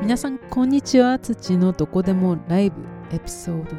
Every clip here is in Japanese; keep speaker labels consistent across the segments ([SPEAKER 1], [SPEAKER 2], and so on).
[SPEAKER 1] 皆さんこんにちは。土のどこでもライブエピソード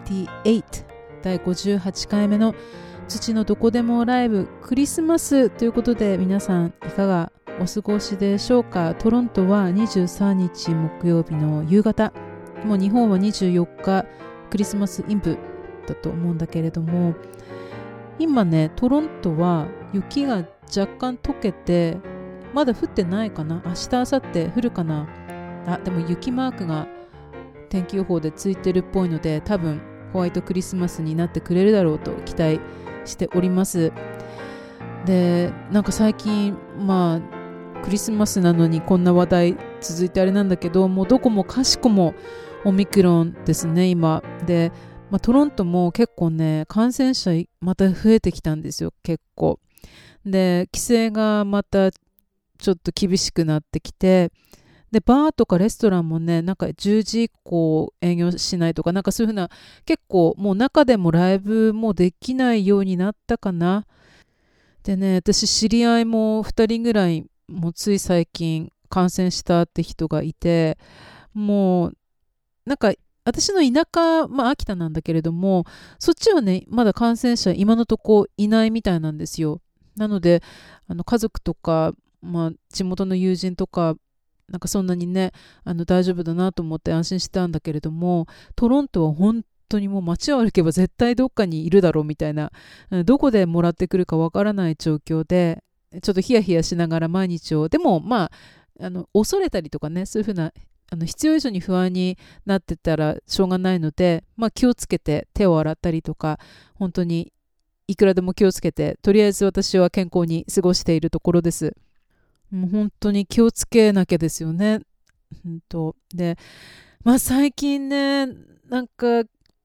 [SPEAKER 1] 58第58回目の土のどこでもライブクリスマスということで、皆さんいかがお過ごしでしょうか。トロントは23日木曜日の夕方、もう日本は24日クリスマスイブだと思うんだけれども、今ねトロントは雪が若干溶けてまだ降ってないかな。明日明後日降るかな。でも雪マークが天気予報でついてるっぽいので、多分ホワイトクリスマスになってくれるだろうと期待しております。で、なんか最近クリスマスなのにこんな話題続いてあれなんだけど、もうどこもかしこもオミクロンですね今で。トロントも結構ね感染者また増えてきたんですよ。結構で規制がまたちょっと厳しくなってきて、でバーとかレストランもねなんか10時以降営業しないとか、なんかそういうふうな、結構もう中でもライブもできないようになったかな。でね、私知り合いも2人ぐらいもうつい最近感染したって人がいて、もうなんか私の田舎、秋田なんだけれども、そっちはねまだ感染者今のとこいないみたいなんですよ。なので家族とか、地元の友人とかなんかそんなにね大丈夫だなと思って安心したんだけれども、トロントは本当にもう街を歩けば絶対どっかにいるだろうみたいな、どこでもらってくるかわからない状況で、ちょっとヒヤヒヤしながら毎日を、でも恐れたりとかね、そういうふうな必要以上に不安になってたらしょうがないので、気をつけて手を洗ったりとか、本当にいくらでも気をつけて、とりあえず私は健康に過ごしているところです。もう本当に気をつけなきゃですよね。で、最近ねなんか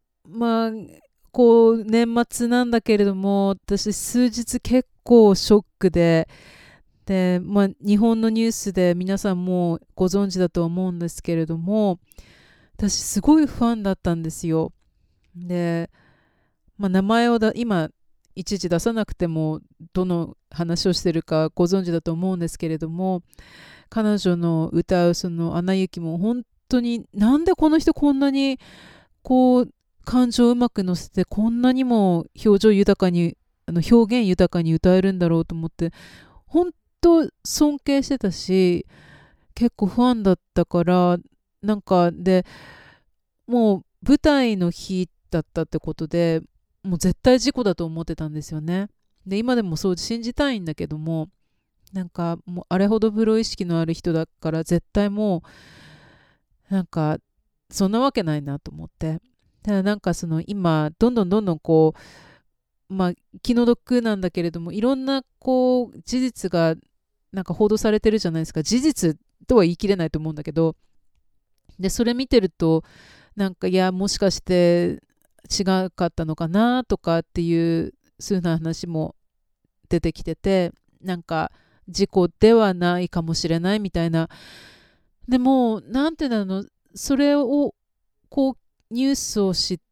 [SPEAKER 1] こう年末なんだけれども、私数日結構ショックで、日本のニュースで皆さんもご存知だと思うんですけれども、私すごいファンだったんですよ。で、名前を今いちいち出さなくてもどの話をしてるかご存知だと思うんですけれども、彼女の歌うそのアナ雪も本当に、なんでこの人こんなにこう感情をうまく乗せてこんなにも表情豊かに表現豊かに歌えるんだろうと思って、本当尊敬してたし結構ファンだったから、なんかでもう舞台の日だったってことで、もう絶対事故だと思ってたんですよね。で今でもそう信じたいんだけども、なんかもうあれほどプロ意識のある人だから絶対もうなんかそんなわけないなと思って。ただなんかその今どんどんこう気の毒なんだけれども、いろんなこう事実がなんか報道されてるじゃないですか。事実とは言い切れないと思うんだけど、でそれ見てるとなんか、いやもしかして違かったのかなとかっていうそういうような話も出てきてて、なんか事故ではないかもしれないみたいな。でもなんていうの、それをこうニュースを知って、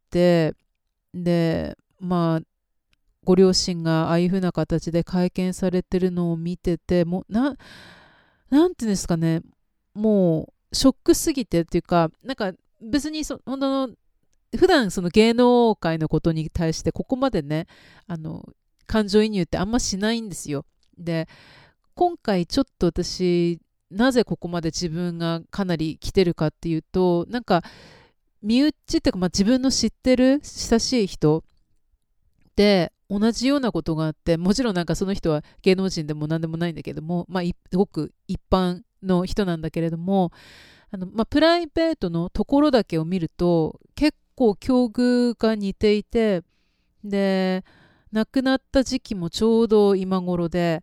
[SPEAKER 1] でご両親がああいう風な形で会見されてるのを見てて、もうなんていうんですかね、もうショックすぎてっていうか、なんか別に本当の普段その芸能界のことに対してここまでね感情移入ってあんましないんですよ。で今回ちょっと私なぜここまで自分がかなり来てるかっていうと、なんか身内っていうか、自分の知ってる親しい人で同じようなことがあって、もちろんなんかその人は芸能人でも何でもないんだけども、すごく一般の人なんだけれども、プライベートのところだけを見ると結構境遇が似ていて、で亡くなった時期もちょうど今頃で、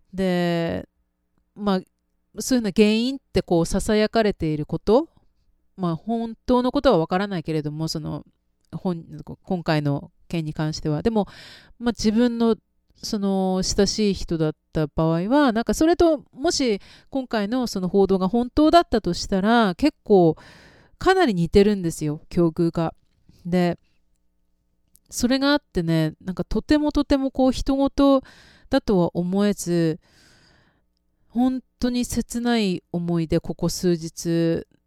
[SPEAKER 1] そういうの原因ってこうささやかれていること、本当のことはわからないけれども、その今回の件に関してはでも、自分のその親しい人だった場合は、なんかそれともし今回のその報道が本当だったとしたら、結構かなり似てるんですよ、境遇が。でそれがあってね、なんかとてもこう人事だとは思えず、本当に切ない思いでここ数日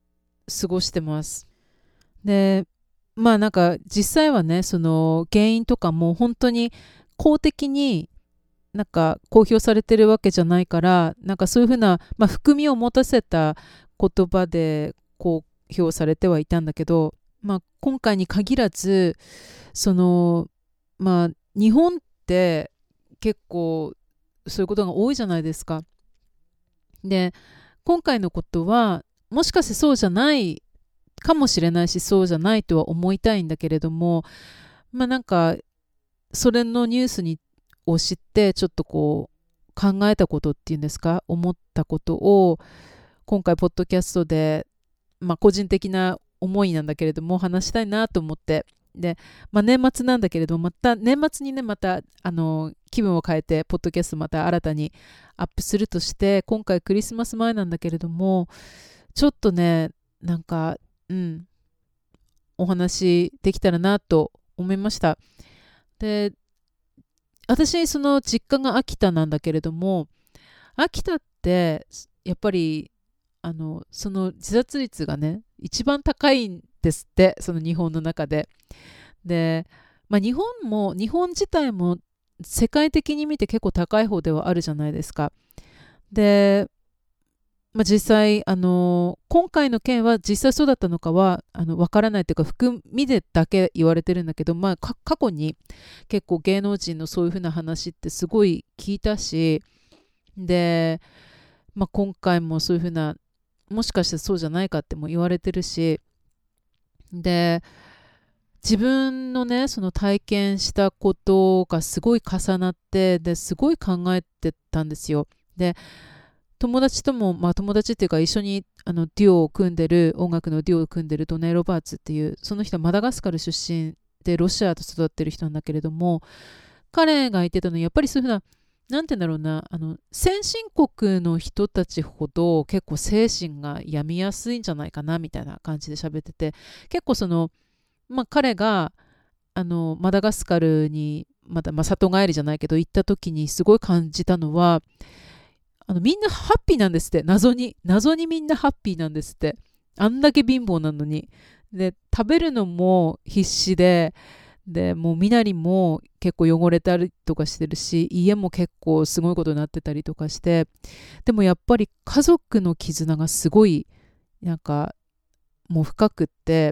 [SPEAKER 1] 過ごしてます。で、なんか実際はね、その原因とかも本当に公的になんか公表されてるわけじゃないから、なんかそういうふうな、含みを持たせた言葉で公表されてはいたんだけど、今回に限らず、その日本って結構そういうことが多いじゃないですか。で、今回のことはもしかしてそうじゃないかもしれないし、そうじゃないとは思いたいんだけれども、なんかそれのニュースを知って、ちょっとこう考えたことっていうんですか、思ったことを今回ポッドキャストで、個人的な思いなんだけれども話したいなと思って。で、年末なんだけれども、また年末にね、また気分を変えてポッドキャストまた新たにアップするとして、今回クリスマス前なんだけれども、ちょっとね、なんかお話できたらなと思いました。で、私その実家が秋田なんだけれども、秋田ってやっぱりその自殺率がね一番高いんですって、その日本の中で。で、日本自体も世界的に見て結構高い方ではあるじゃないですか。で、実際今回の件は実際そうだったのかはわからないというか、含みでだけ言われてるんだけど、過去に結構芸能人のそういうふうな話ってすごい聞いたし、で、今回もそういうふうな、もしかしてそうじゃないかっても言われてるし、で、自分のねその体験したことがすごい重なって、ですごい考えてたんですよ。で、友達とも、友達っていうか一緒にデュオを組んでる、音楽のデュオを組んでるドネ・ロバーツっていう、その人はマダガスカル出身でロシアと育ってる人なんだけれども、彼が言ってたのはやっぱりそういうふうな、なんて言うんだろうな、先進国の人たちほど結構精神が病みやすいんじゃないかなみたいな感じで喋ってて、結構その、彼がマダガスカルにまだ、里帰りじゃないけど行った時にすごい感じたのは、みんなハッピーなんですって。謎にみんなハッピーなんですって。あんだけ貧乏なのに。で、食べるのも必死で、もう身なりも結構汚れたりとかしてるし、家も結構すごいことになってたりとかして、でもやっぱり家族の絆がすごいなんかもう深くって、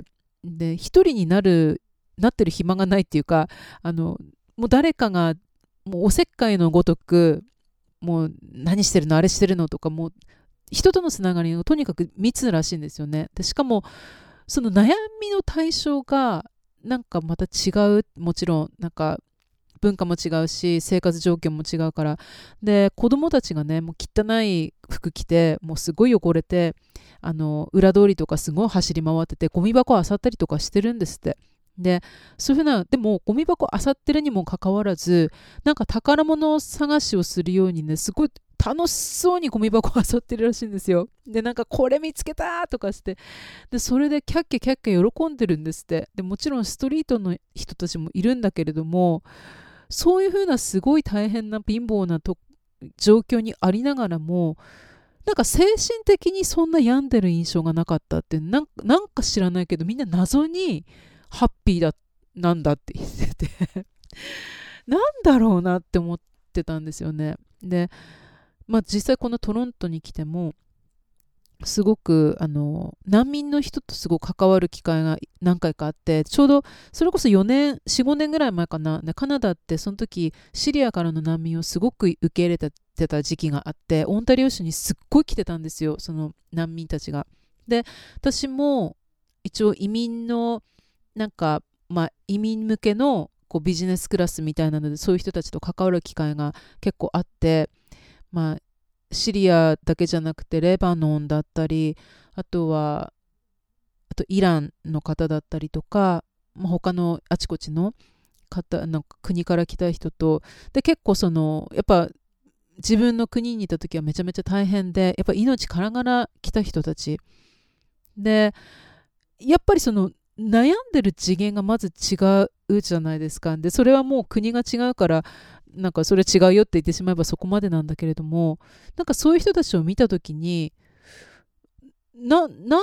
[SPEAKER 1] で一人になってる暇がないっていうか、もう誰かがもうおせっかいのごとく、もう何してるのあれしてるのとか、もう人とのつながりがとにかく密らしいんですよね。でしかもその悩みの対象がなんかまた違う、もちろんなんか文化も違うし生活条件も違うから。で、子供たちがねもう汚い服着て、もうすごい汚れて、裏通りとかすごい走り回ってて、ゴミ箱漁ったりとかしてるんですって。で、そういうふうな、でもゴミ箱漁ってるにもかかわらず、なんか宝物探しをするようにね、すごい楽しそうにゴミ箱漁ってるらしいんですよ。で、なんかこれ見つけたとかして、でそれでキャッキャキャッキャ喜んでるんですって。でもちろんストリートの人たちもいるんだけれども、そういうふうなすごい大変な貧乏な状況にありながらも、なんか精神的にそんな病んでる印象がなかったって、なんか知らないけど、みんな謎にハッピーなんだって言っててなんだろうなって思ってたんですよね。で、実際このトロントに来てもすごく難民の人とすごく関わる機会が何回かあって、ちょうどそれこそ4、5年ぐらい前かな。カナダってその時シリアからの難民をすごく受け入れてた時期があって、オンタリオ州にすっごい来てたんですよ、その難民たちが。で、私も一応移民のなんか、移民向けのこうビジネスクラスみたいなので、そういう人たちと関わる機会が結構あって、シリアだけじゃなくてレバノンだったり、あとイランの方だったりとか、他のあちこちの国から来た人と、で結構やっぱ自分の国にいた時はめちゃめちゃ大変で、やっぱ命からがら来た人たちで、やっぱり悩んでる次元がまず違うじゃないですか。でそれはもう国が違うから、なんかそれ違うよって言ってしまえばそこまでなんだけれども、なんかそういう人たちを見た時に、なん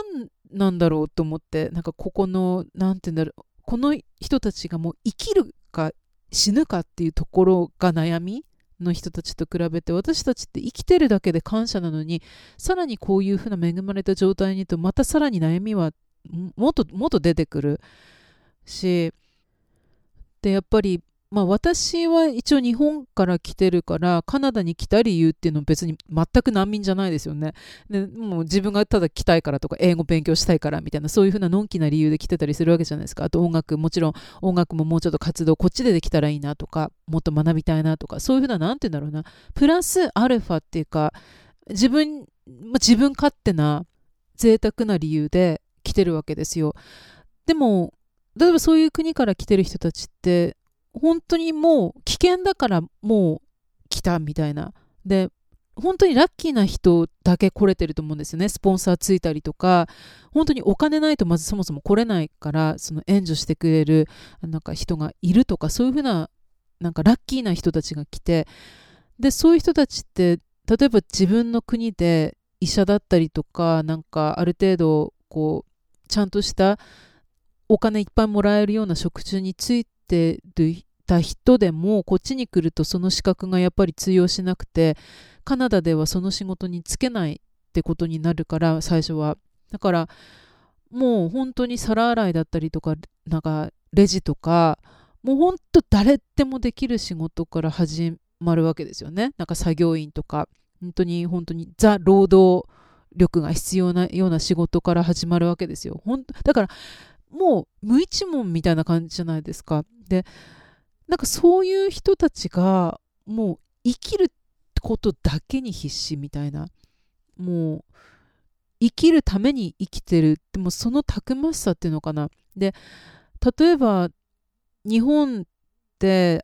[SPEAKER 1] なんだろうと思って、なんかここのなんて言うんだろう、この人たちがもう生きるか死ぬかっていうところが悩みの人たちと比べて、私たちって生きてるだけで感謝なのに、さらにこういうふうな恵まれた状態にいるとまたさらに悩みはもっともっと出てくるし、でやっぱり、まあ、私は一応日本から来てるからカナダに来た理由っていうのは別に全く難民じゃないですよね。でもう自分がただ来たいからとか英語勉強したいからみたいな、そういうふうなのんきな理由で来てたりするわけじゃないですか。あと音楽、もちろん音楽ももうちょっと活動こっちでできたらいいなとか、もっと学びたいなとか、そういうふうな、なんて言うんだろうな、プラスアルファっていうか、自分勝手な贅沢な理由で来てるわけですよ。でも例えばそういう国から来てる人たちって本当にもう危険だからもう来たみたいな。で本当にラッキーな人だけ来れてると思うんですよね。スポンサーついたりとか、本当にお金ないとまずそもそも来れないから、その援助してくれるなんか人がいるとか、そういうふうななんかラッキーな人たちが来て、でそういう人たちって例えば自分の国で医者だったりとか、なんかある程度こうちゃんとしたお金いっぱいもらえるような職種についてた人でも、こっちに来るとその資格がやっぱり通用しなくて、カナダではその仕事に就けないってことになるから、最初はだからもう本当に皿洗いだったりとか、なんかレジとか、もう本当誰でもできる仕事から始まるわけですよね。なんか作業員とか、本当にザ労働力が必要なような仕事から始まるわけですよ。だからもう無一文みたいな感じじゃないですか。でなんかそういう人たちがもう生きることだけに必死みたいな、もう生きるために生きてる、でもそのたくましさっていうのかな。で例えば日本って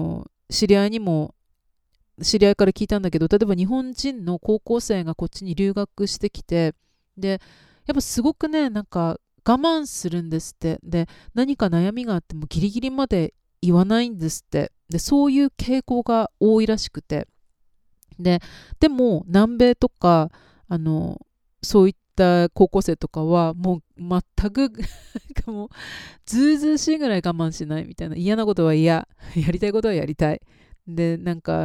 [SPEAKER 1] 知り合いから聞いたんだけど、例えば日本人の高校生がこっちに留学してきて、でやっぱすごくね、なんか我慢するんですって。で何か悩みがあってもギリギリまで言わないんですって。でそういう傾向が多いらしくて、でも南米とかそういった高校生とかはもう全くもうずうずうしいぐらい我慢しないみたいな、嫌なことは嫌、やりたいことはやりたい、で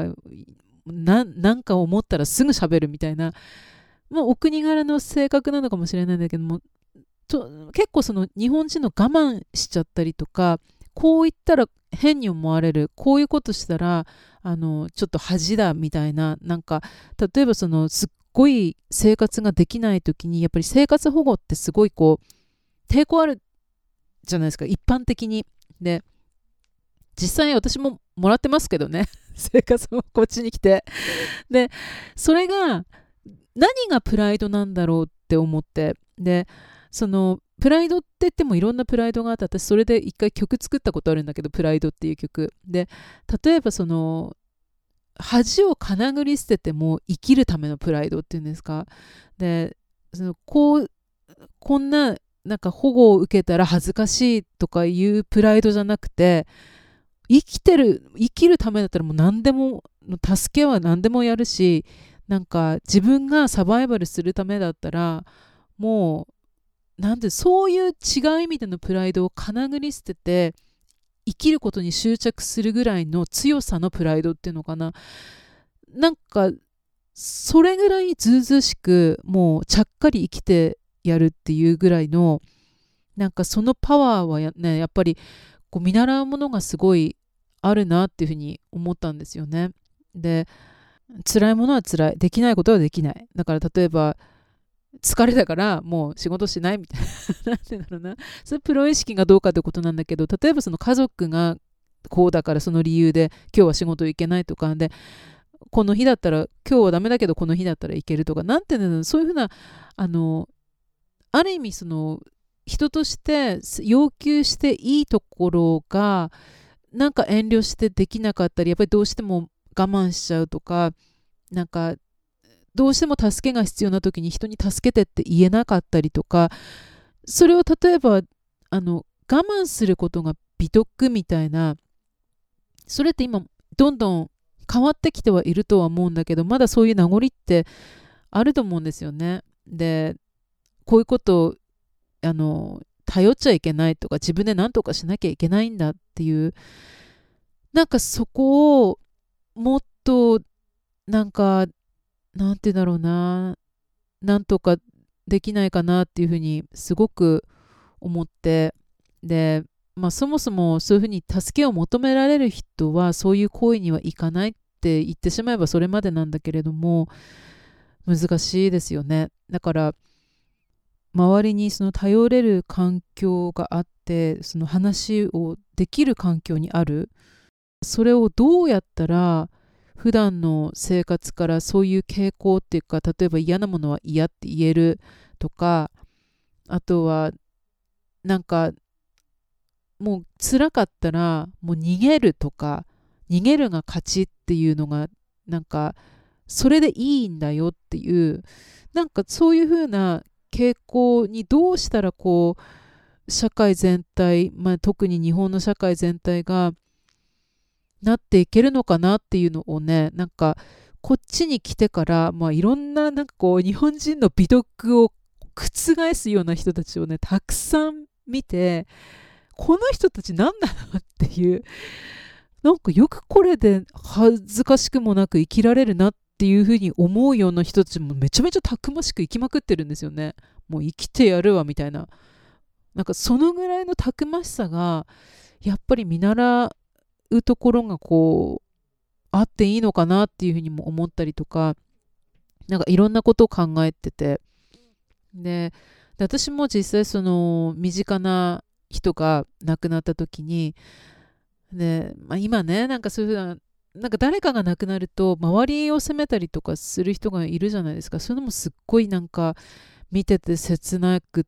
[SPEAKER 1] なんか思ったらすぐ喋るみたいな、まあ、お国柄の性格なのかもしれないんだけども、結構その日本人の我慢しちゃったりとか、こう言ったら変に思われる、こういうことしたらちょっと恥だみたいな、なんか例えばそのすっごい生活ができない時に、やっぱり生活保護ってすごいこう抵抗あるじゃないですか、一般的に。で実際私ももらってますけどね生活もこっちに来て、でそれが何がプライドなんだろうって思って、でそのプライドって言ってもいろんなプライドがあって、私それで一回曲作ったことあるんだけど、プライドっていう曲で、例えばその恥をかなぐり捨てても生きるためのプライドっていうんですか。でこんななんか保護を受けたら恥ずかしいとかいうプライドじゃなくて、生きるためだったらもう何でも、助けは何でもやるし、なんか自分がサバイバルするためだったら、もうなんでそういう違う意味でのプライドをかなぐり捨てて生きることに執着するぐらいの強さのプライドっていうのかな。なんかそれぐらいずうずうしく、もうちゃっかり生きてやるっていうぐらいの、なんかそのパワーはやっぱりこう見習うものがすごいあるなっていうふうに思ったんですよね。で辛いものは辛い、できないことはできない。だから例えば疲れたからもう仕事しないみたいななんてだろうな、それプロ意識がどうかってことなんだけど、例えばその家族がこうだからその理由で今日は仕事行けないとかで、この日だったら今日はダメだけどこの日だったらいけるとか、なんていうの、そういうふうなある意味その人として要求していいところがなんか遠慮してできなかったり、やっぱりどうしても我慢しちゃうとか、なんかどうしても助けが必要な時に人に助けてって言えなかったりとか、それを例えば我慢することが美徳みたいな、それって今どんどん変わってきてはいるとは思うんだけど、まだそういう名残ってあると思うんですよね。でこういうこと頼っちゃいけないとか自分で何とかしなきゃいけないんだっていう、なんかそこをもっとなんかなんて言うんだろうな、なんとかできないかなっていうふうにすごく思って、で、そもそもそういうふうに助けを求められる人はそういう行為にはいかないって言ってしまえばそれまでなんだけれども、難しいですよね。だから周りにその頼れる環境があって、その話をできる環境にある、それをどうやったら普段の生活からそういう傾向っていうか、例えば嫌なものは嫌って言えるとか、あとはなんかもう辛かったらもう逃げるとか、逃げるが勝ちっていうのがなんかそれでいいんだよっていう、なんかそういう風な傾向にどうしたらこう社会全体、特に日本の社会全体がなっていけるのかなっていうのをね、なんかこっちに来てから、いろんななんかこう日本人の美徳を覆すような人たちをねたくさん見て、この人たち何なのっていう、なんかよくこれで恥ずかしくもなく生きられるなっていうふうに思うような人たちもめちゃめちゃたくましく生きまくってるんですよね。もう生きてやるわみたいな、なんかそのぐらいのたくましさがやっぱり見習うところがこうあっていいのかなっていうふうにも思ったりとか、なんかいろんなことを考えてて、で私も実際その身近な人が亡くなった時に、今ね、なんかそういうふうな、なんか誰かが亡くなると周りを責めたりとかする人がいるじゃないですか。そういうのもすっごいなんか見てて切なくって、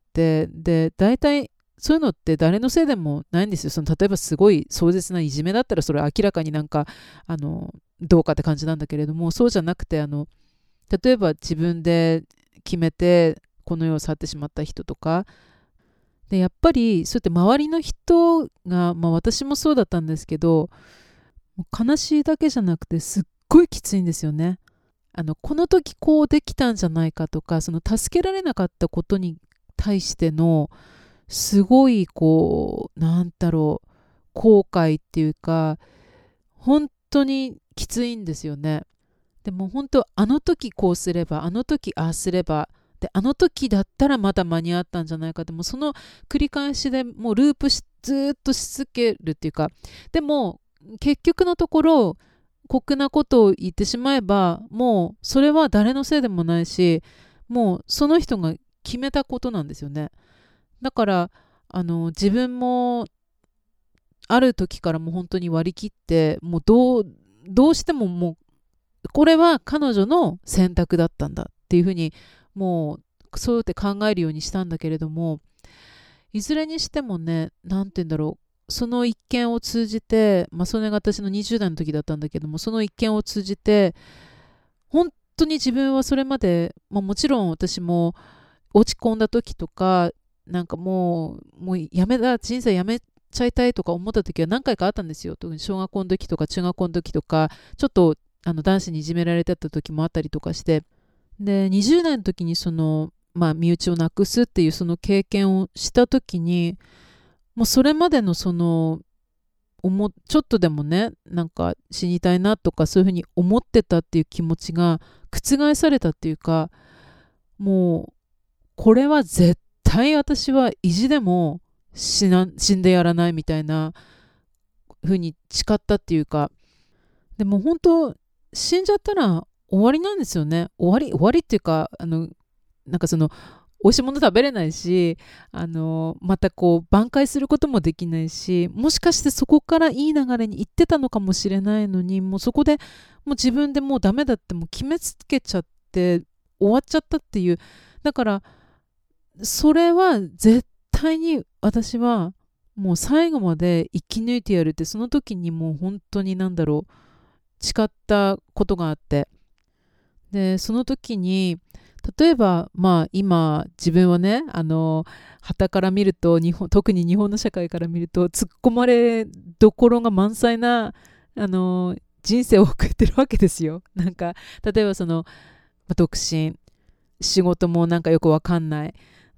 [SPEAKER 1] で大体そういうのって誰のせいでもないんですよ。その例えばすごい壮絶ないじめだったらそれは明らかになんかどうかって感じなんだけれども、そうじゃなくて例えば自分で決めてこの世を去ってしまった人とかで、やっぱりそうやって周りの人が、私もそうだったんですけど、もう悲しいだけじゃなくてすっごいきついんですよね。この時こうできたんじゃないかとか、その助けられなかったことに対してのすごいこうなんだろう、後悔っていうか、本当にきついんですよね。でも本当あの時こうすれば、あの時ああすれば、であの時だったらまだ間に合ったんじゃないかって、もうその繰り返しでもうループしずっとし続けるっていうか、でも結局のところ酷なことを言ってしまえば、もうそれは誰のせいでもないし、もうその人が決めたことなんですよね。だから自分もある時からもう本当に割り切って、もうどうしてももうこれは彼女の選択だったんだっていうふうに、もうそうやって考えるようにしたんだけれども、いずれにしてもね、なんて言うんだろう、その一件を通じて、それが私の20代の時だったんだけども、その一件を通じて本当に自分はそれまで、もちろん私も落ち込んだ時とか、なんかもうやめだ、人生やめちゃいたいとか思った時は何回かあったんですよ。特に小学校の時とか中学校の時とか、ちょっと男子にいじめられてた時もあったりとかして、で20代の時にその、身内をなくすっていうその経験をした時に、もうそれまでのそのちょっとでもね、なんか死にたいなとかそういうふうに思ってたっていう気持ちが覆されたっていうか、もうこれは絶対私は意地でも死んでやらないみたいな風に誓ったっていうか、でも本当死んじゃったら終わりなんですよね。終わりっていうか、なんかその美味しいもの食べれないし、またこう挽回することもできないし、もしかしてそこからいい流れに行ってたのかもしれないのに、もうそこでもう自分でもうダメだってもう決めつけちゃって終わっちゃったっていう。だからそれは絶対に私はもう最後まで生き抜いてやるって、その時にもう本当に誓ったことがあって、でその時に例えば今自分はね、傍から見ると特に日本の社会から見ると突っ込まれどころが満載な人生を送ってるわけですよ。なんか例えばその、独身、仕事もなんかよくわかんない、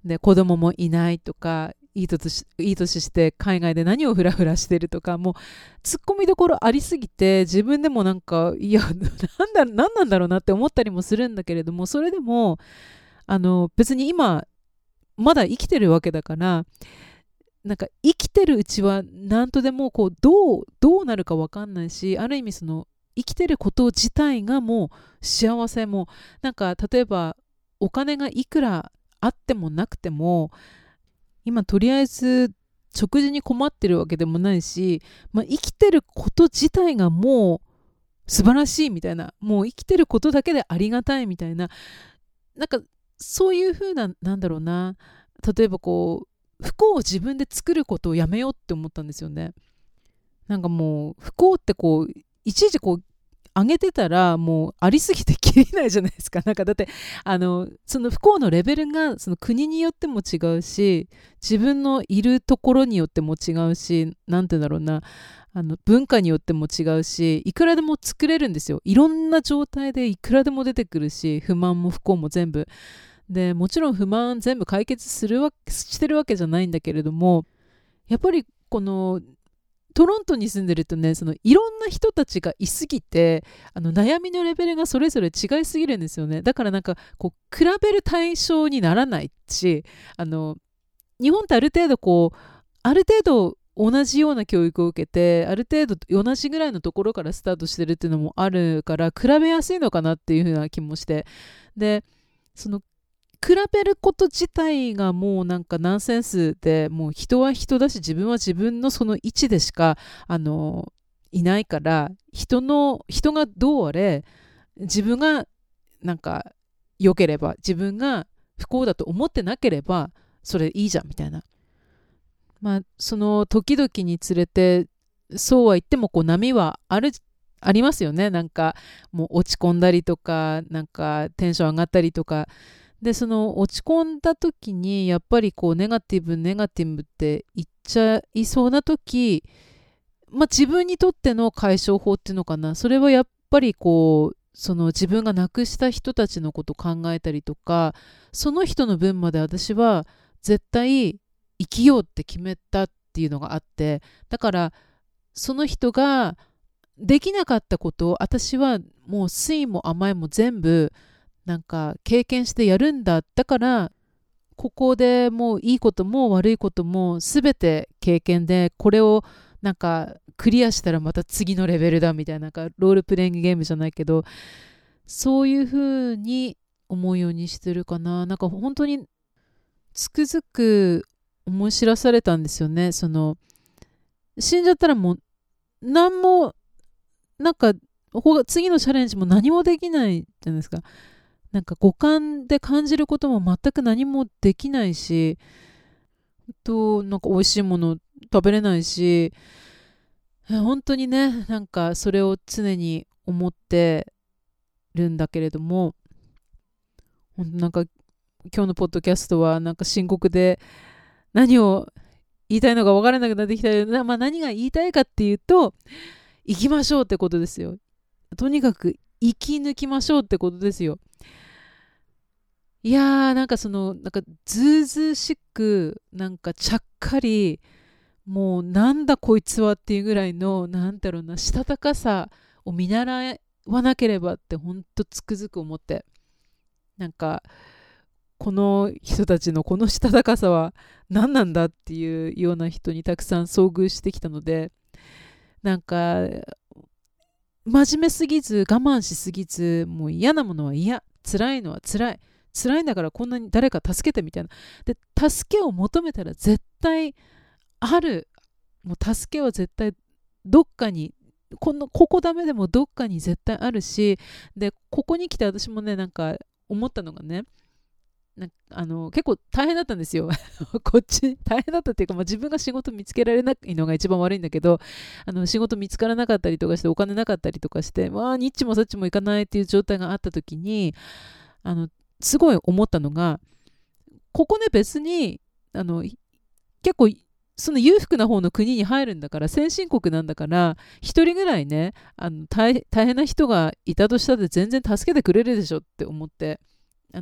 [SPEAKER 1] で子供もいないとか、いい年して海外で何をフラフラしてるとか、もうツッコミどころありすぎて、自分でもなんか、いやなんなんだろうなって思ったりもするんだけれども、それでも別に今まだ生きてるわけだから、なんか生きてるうちは何とでもこうどうなるか分かんないし、ある意味その生きてること自体がもう幸せ。もなんか例えばお金がいくらあってもなくても、今とりあえず食事に困ってるわけでもないし、生きてること自体がもう素晴らしいみたいな、もう生きてることだけでありがたいみたいな、なんかそういう風な、なんだろうな、例えばこう不幸を自分で作ることをやめようって思ったんですよね。なんかもう不幸ってこういちいちこう上げてたらもうありすぎてきりないじゃないですか。なんかだってその不幸のレベルがその国によっても違うし、自分のいるところによっても違うし、なんて言うんだろうな、文化によっても違うし、いくらでも作れるんですよ。いろんな状態でいくらでも出てくるし、不満も不幸も全部で、もちろん不満全部解決してるわけじゃないんだけれども、やっぱりこのトロントに住んでるとね、そのいろんな人たちがいすぎて、悩みのレベルがそれぞれ違いすぎるんですよね。だからなんかこう比べる対象にならないし、日本ってある程度ある程度同じような教育を受けて、ある程度同じぐらいのところからスタートしてるっていうのもあるから、比べやすいのかなっていう風な気もして、でその比べること自体がもうなんかナンセンスで、もう人は人だし、自分は自分のその位置でしかいないから、人がどうあれ、自分がなんか良ければ、自分が不幸だと思ってなければそれいいじゃんみたいな。その時々につれて、そうは言ってもこう波はありますよね。なんかもう落ち込んだりとか、なんかテンション上がったりとかで、その落ち込んだ時にやっぱりこうネガティブって言っちゃいそうな時、自分にとっての解消法っていうのかな、それはやっぱりこうその自分が亡くした人たちのことを考えたりとか、その人の分まで私は絶対生きようって決めたっていうのがあって、だからその人ができなかったことを私はもう酸いも甘いも全部なんか経験してやるんだ。だからここでもういいことも悪いことも全て経験で、これをなんかクリアしたらまた次のレベルだみたいな、なんかロールプレイングゲームじゃないけど、そういう風に思うようにしてるかな。なんか本当につくづく思い知らされたんですよね。その死んじゃったらもう何も、なんか次のチャレンジも何もできないじゃないですか。なんか五感で感じることも全く何もできないし、なんか美味しいもの食べれないし、本当にね、なんかそれを常に思ってるんだけれども、なんか今日のポッドキャストはなんか深刻で、何を言いたいのか分からなくなってきたけど、何が言いたいかっていうと、生きましょうってことですよ。とにかく生き抜きましょうってことですよ。いやー、なんかなんかずうずうしく、なんかちゃっかり、もうなんだこいつはっていうぐらいの、なんだろうな、したたかさを見習わなければってほんとつくづく思って、なんかこの人たちのこのしたたかさは何なんだっていうような人にたくさん遭遇してきたので、なんか真面目すぎず我慢しすぎず、もう嫌なものは嫌、辛いのは辛いんだからこんなに誰か助けてみたいな。で、助けを求めたら絶対ある。もう助けは絶対どっかに、ここダメでもどっかに絶対あるし、で、ここに来て私もね、なんか思ったのがね、なんか結構大変だったんですよ。こっち大変だったっていうか、自分が仕事見つけられないのが一番悪いんだけど、仕事見つからなかったりとかして、お金なかったりとかして、ニッチもサッチもいかないっていう状態があった時に、すごい思ったのが、ここね、別に結構その裕福な方の国に入るんだから、先進国なんだから、一人ぐらいね、大変な人がいたとしたら全然助けてくれるでしょって思って、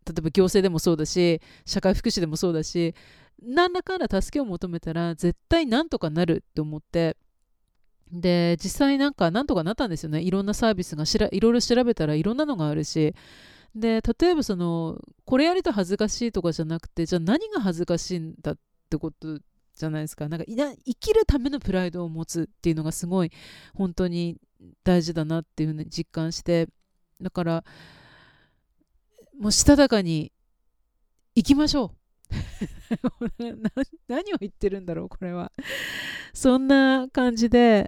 [SPEAKER 1] えば行政でもそうだし、社会福祉でもそうだし、何らかの助けを求めたら絶対なんとかなるって思って、で実際なんとかなったんですよね。いろんなサービスがいろいろ調べたらいろんなのがあるし、で例えばこれやると恥ずかしいとかじゃなくて、じゃあ何が恥ずかしいんだってことじゃないですか。生きるためのプライドを持つっていうのがすごい本当に大事だなっていうふうに実感して、だからもうしたたかに行きましょう何を言ってるんだろうこれは。そんな感じで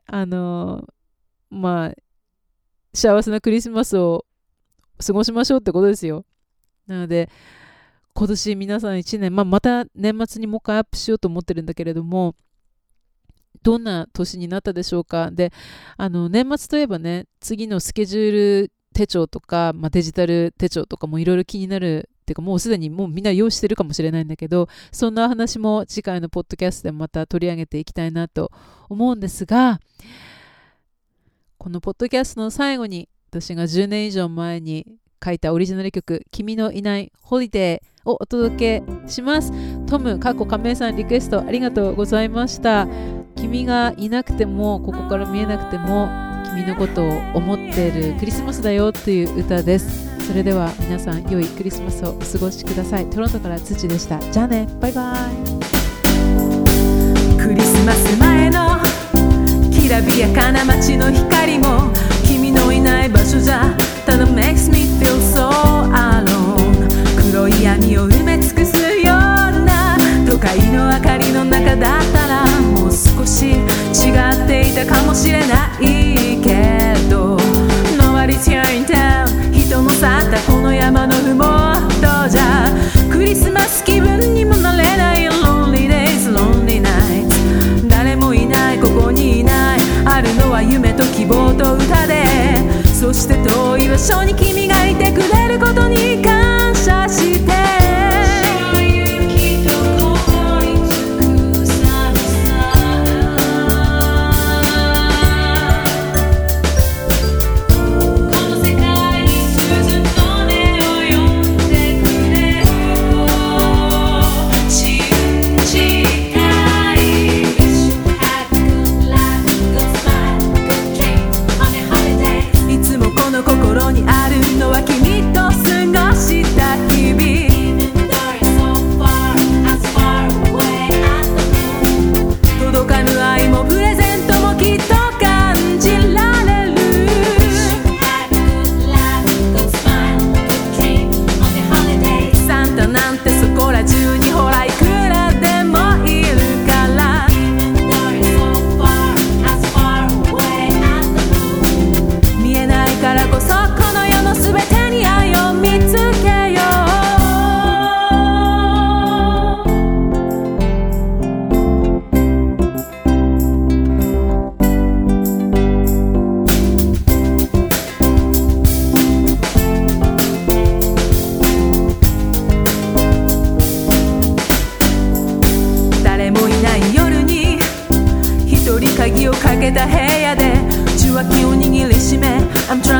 [SPEAKER 1] 幸せなクリスマスを過ごしましょうってことですよ。なので今年皆さん1年、また年末にもう一回アップしようと思ってるんだけれども、どんな年になったでしょうか。で年末といえばね、次のスケジュール手帳とか、デジタル手帳とかもいろいろ気になるっていうか、もうすでにもうみんな用意してるかもしれないんだけど、そんな話も次回のポッドキャストでまた取り上げていきたいなと思うんですが、このポッドキャストの最後に私が10年以上前に書いたオリジナル曲君のいないホリデーをお届けします。トム亀井さんリクエストありがとうございました。君がいなくてもここから見えなくても君のことを思っているクリスマスだよという歌です。それでは皆さん良いクリスマスをお過ごしください。トロントから土でした。じゃあね、バイバイ。
[SPEAKER 2] クリスマス前のきらびやかな街の光も君のいない場所じゃただ makes me feel so alone。 黒い闇を埋め尽くすような都会の明かりの中だったらもう少し違っていたかもしれないけど Nobody's here in town。 人の去ったこの山のふもとじゃクリスマス気分にもなれない Lonely days lonely nights。 誰もいないここにいない、あるのは夢と希望と歌で、そして遠い場所に君がいてくれることに感謝して心にあるのは君と過ごした日々。届かぬ愛もプレゼントもきっと感じられる。サンタなんてそこら中にほらいくらでもいるから、見えないからこそこの世のすべてに愛を見つけよう。誰もいない夜に一人鍵をかけた部屋で受話器を握りしめ I'm trying